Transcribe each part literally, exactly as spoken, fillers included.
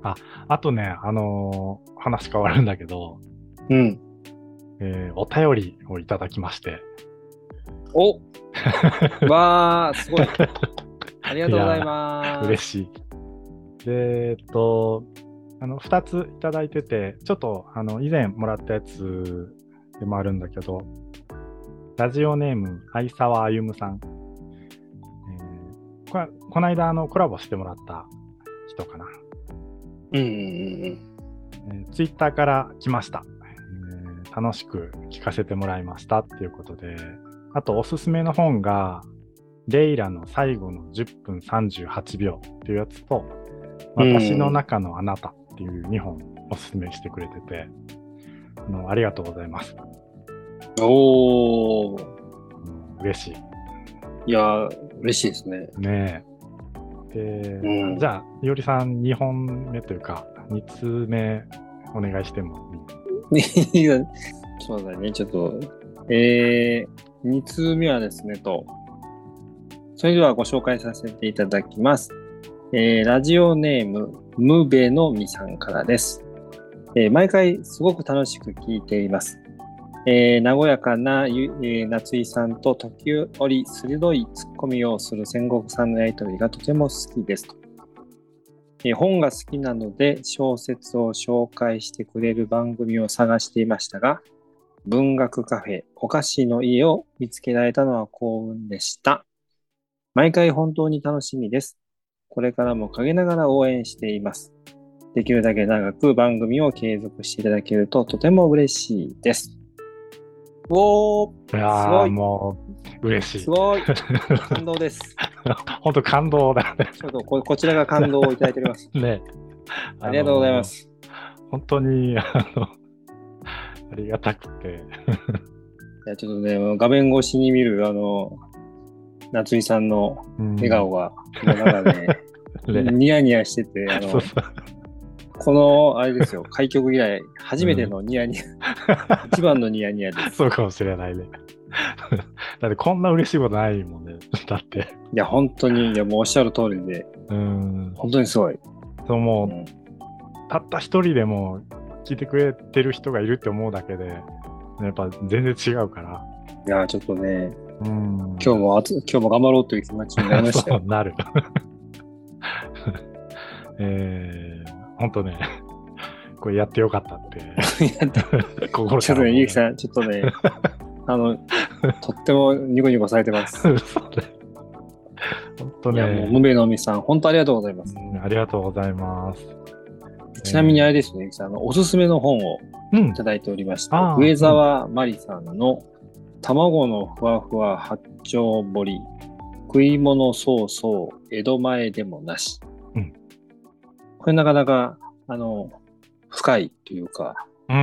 あ、あとね、あのー話変わるんだけど、 うん。 えーお便りをいただきまして。 おわー、すごい。ありがとうございいやー、 ます。 嬉しい。で、えっと、あの、二ついただいてて、ちょっと、あの、以前もらったやつでもあるんだけど、ラジオネーム、相沢あゆむさん。えーこれこの間、あの、コラボしてもらった人かな。 うんうんうんえー、ツイッターから来ました、えー楽しく聞かせてもらいましたっていうことで、あと、おすすめの本が、レイラの最後のじゅっぷんさんじゅうはちびょうっていうやつと、 うん。 私のうん。 中のあなたっていうにほんおすすめしてくれてて、あの、ありがとうございます。 おー。 うん、嬉しい。 いやー、嬉しいですね。 ねえ。で、 うん。 じゃあ、いおりさんにほんめというか、につめお願いしてもいい？ いやそうだね、ちょっと。えー、に通目はですね、と。それではご紹介させていただきます。えーラジオネーム、ムベのみさんからです。えー毎回すごく楽しく聞いています。えー和やかなゆ、えー夏井さんと時折鋭いツッコミをする戦国さんのやりとりがとても好きですと。えー本が好きなので小説を紹介してくれる番組を探していましたが、文学カフェお菓子の家を見つけられたのは幸運でした。毎回本当に楽しみです。これからも陰ながら応援しています。できるだけ長く番組を継続していただけるととても嬉しいです。おー、 いやー、 すごい、 もう、嬉しい。 すごい、感動です。 本当感動だね。 ちょっとこ、こちらが感動をいただいております。 ね。あありがとうございまのす。 ー本当に、あの、ありがたくて。 いや、ちょっとね、画面越しに見る、あの、夏井さんのうん。 笑顔が、もうなんかね、 ね。 ニヤニヤしてて、あの、 そうそう。 この、あれですよ、開局以来、初めてうん。 のニヤニヤ、一番のニヤニヤです。 そうかもしれないね。だってこんな嬉しいことないもんね。だって。 いや、本当に、いや、もうおっしゃる通りで、 うん。 本当にすごい。 そう、もう、 うん、 たった一人でも聞いてくれてる人がいるって思うだけで、やっぱ全然違うから。 いや、ちょっとね、 うん。 今日もあつ、今日も頑張ろうという気持ちになりましたよ。 そうなる。えー、ほんとね、これやってよかったっいやて、心ちょっとね、 から思うね。 ゆうきさん、ちょっとね、あの、とってもニコニコされてます。 そうね。ほんといや、もう、 ね、 無名のみさん、本当ありがとうございます。 うん、ありがとうございます。 ちなみにあれえですね、ゆうきさん、あの、おすすめの本をー、うん。 いただいておりまして、 ああ、 上うん。 澤まりさんの卵のふわふわ八丁堀、食い物そうそう、江戸前でもなし。 うん。 これなかなか、あの、深いというか、 うん。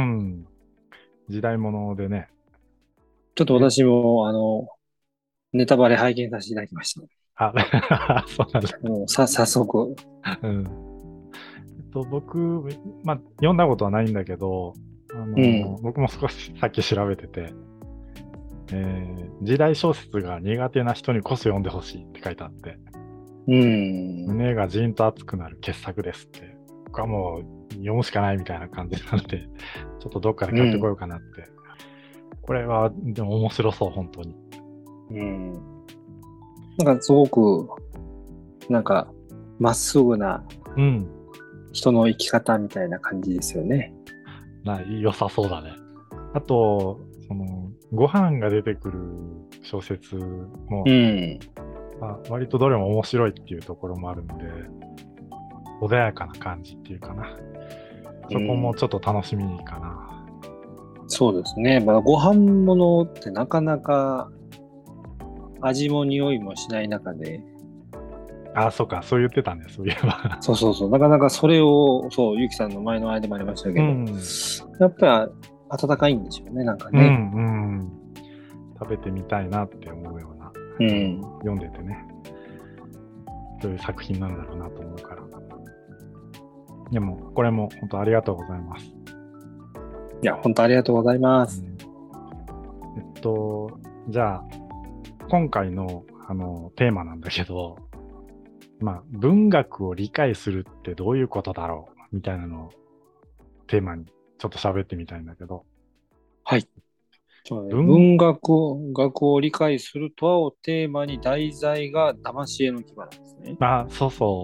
時代物でね。 ちょっとえ、 私も、あの、ネタバレ拝見させていただきました。 あ、そうなんだ。 もう、さ、早速。 うん。えっと、僕、まあ、読んだことはないんだけど、あうん。 の、僕も少しさっき調べてて、えー時代小説が苦手な人にこそ読んでほしいって書いてあって、 うん。 胸がじんと熱くなる傑作ですって、僕はもう読むしかないみたいな感じなんで、ちょっとどっかで買ってこようん。 うかなって。これは、でも面白そう、本当に。 うん。なんか、すごく、なんか、まっすぐなうん。 人の生き方みたいな感じですよね。 な、良さそうだね。あと、その、ご飯が出てくる小説うも、 ん。 まあ、割とどれも面白いっていうところもあるんで、穏やかな感じっていうかな。そこもうん。 ちょっと楽しみかな。 そうですね。まあ、ご飯物ってなかなか味も匂いもしない中で、 あ、そうか、そう言ってたね、そういえば。 そうそうそう、なかなかそれを、そう、ゆきさんの前のあれでもありましたうけど、 ん。 やっぱり温かいんでしょうね、なんかうね。 ん、うん。食べてみたいなって思うような、 うあの、 ん。 読んでてね、そういう作品なんだろうなと思うから。でも、これも本当ありがとうございます。 いや、本当ありがとうございます。 うん、えっと、じゃあ、今回の、あの、テーマなんだけど、 まあ、文学を理解するってどういうことだろうみたいなのをテーマにちょっと喋ってみたいんだけど、 はい。そうね、 文、 文学を、学を理解するとはをテーマに題材が騙し絵の牙なんですね。 あ、そうそう、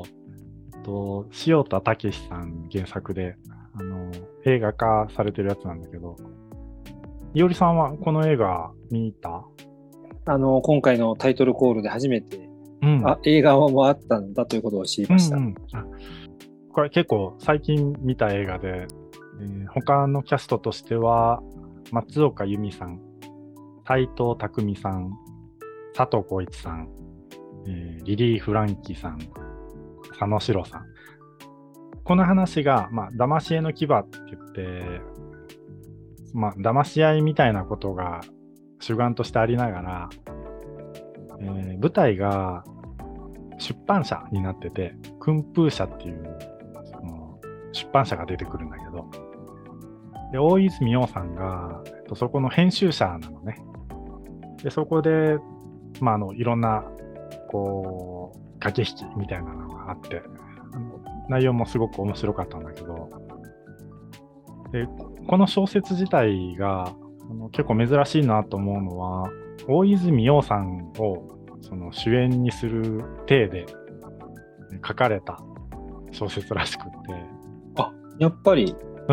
と塩田武さん原作で、あの、映画化されてるやつなんだけど、いおりさんはこの映画見に行った？ あの、今回のタイトルコールで初めて、 うん。 あ、映画もあったんだということを知りました。 うんうん。あ、これ結構最近見た映画で、えー他のキャストとしては、松岡由美さん、斎藤工さん、佐藤浩市さん、えーリリー・フランキーさん、佐野史郎さん。この話が、まあ、騙し絵の牙って言って、まあ、騙し合いみたいなことが主眼としてありながら、えー舞台が出版社になってて、訓風社っていうその出版社が出てくるんだけど、で大泉洋さんが、えっと、そこの編集者なのね。で、そこで、まあ、あの、いろんな、こう、駆け引きみたいなのがあって、あの内容もすごく面白かったんだけど、で、この小説自体があの結構珍しいなと思うのは、大泉洋さんをその主演にする体で書かれた小説らしくって、 あ、やっぱり、 うん、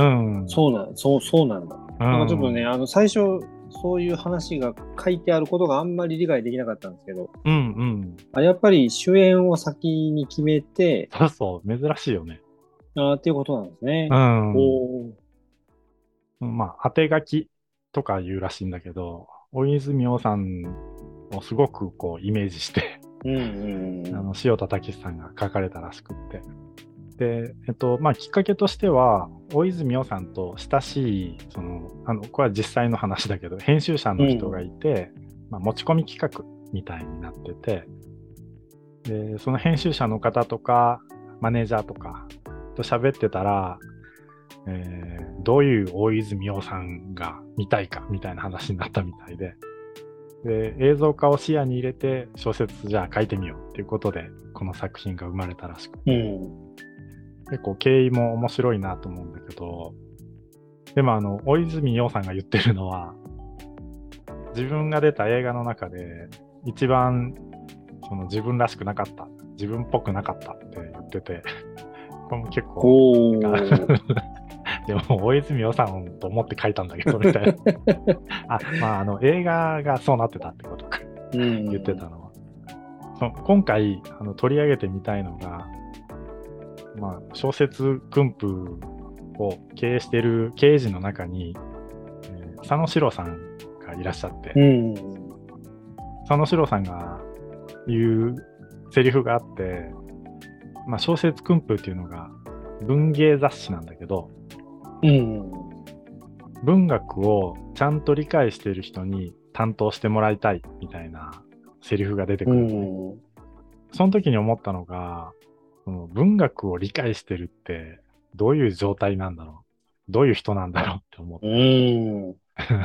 そうなん、そう、そうなんだ。 うなんかちょっとね、 ん、 あの、最初、そういう話が書いてあることがあんまり理解できなかったんですけど、 うん、うん、 あ、やっぱり主演を先に決めて、 そうそう、珍しいよね。 あーっていうことなんですうね。 ん、 おー。 まあ、当て書きとか言うらしいんだけど、大泉洋さんをすごくこうイメージしてうんうんうん。 あの塩田武さんが書かれたらしくって。で、えっと、まあ、きっかけとしては、大泉洋さんと親しい、その、あの、これは実際の話だけど、編集者の人がいて、まあ、持ち込み企画みたいになってて、で、その編集者の方とか、マネージャーとかと喋ってたら、えーどういう大泉洋さんが見たいかみたいな話になったみたいで、で、映像化を視野に入れて小説じゃあ書いてみようっていうことで、この作品が生まれたらしくうて、 ん。 結構経緯も面白いなと思うんだけど、でもあの、大泉洋さんが言ってるのは、自分が出た映画の中で一番その自分らしくなかった、自分っぽくなかったって言ってて、これも結構、 おなんかー。 でも大泉洋さんと思って書いたんだけど、みたいな。あ、まああの、映画がそうなってたってことか、 うん。 言ってたのは。その今回あの取り上げてみたいのが、まあ、小説訓風を経営している経営陣の中に、えー佐野史郎さんがいらっしゃって、 うん。 佐野史郎さんが言うセリフがあって、まあ、小説訓風っていうのが文芸雑誌なんだけど、 うん。 文学をちゃんと理解している人に担当してもらいたいみたいなセリフが出てうくるのね。 ん。 その時に思ったのが、その文学を理解してるってどういう状態なんだろう、どういう人なんだろうって思っうて。 ん。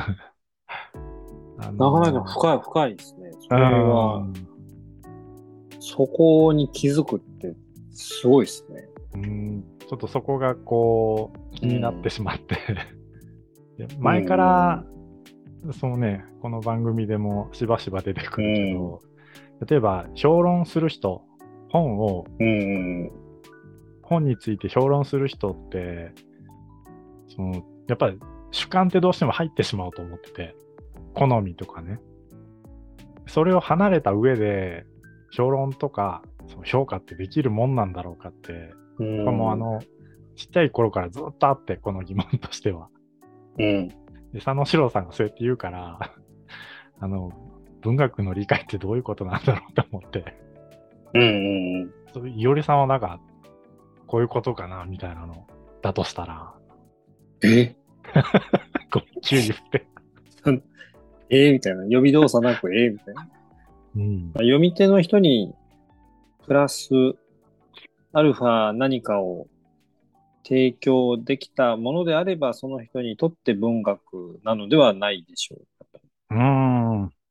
あなかなかの深い、深いですね。 ー、うそれは、 ん、 そこに気づくってすごいですね。 うん、ちょっとそこがこう気になってしまってで前かうん。 らそのね、この番組でもしばしば出てくうるけん。 ど、例えば評論する人、本を、 うん。 本について評論する人って、そのやっぱり主観ってどうしても入ってしまうと思ってて、好みとかね。それを離れた上で、評論とかその評価ってできるもんなんだろうかって、 うこれもあん。 の、ちっちゃい頃からずっとあって、この疑問としては。 うん。 で、佐野史郎さんがそうやって言うから、あの、文学の理解ってどういうことなんだろうと思って、 うん。 そういおりさんはなんか、こういうことかなみたいなのだとしたら、 えこう急に振って。 えーみたいな。予備動作なくえーみたいな。 うん。 読み手の人にプラスアルファ何かを提供できたものであれば、その人にとって文学なのではないでしょうか。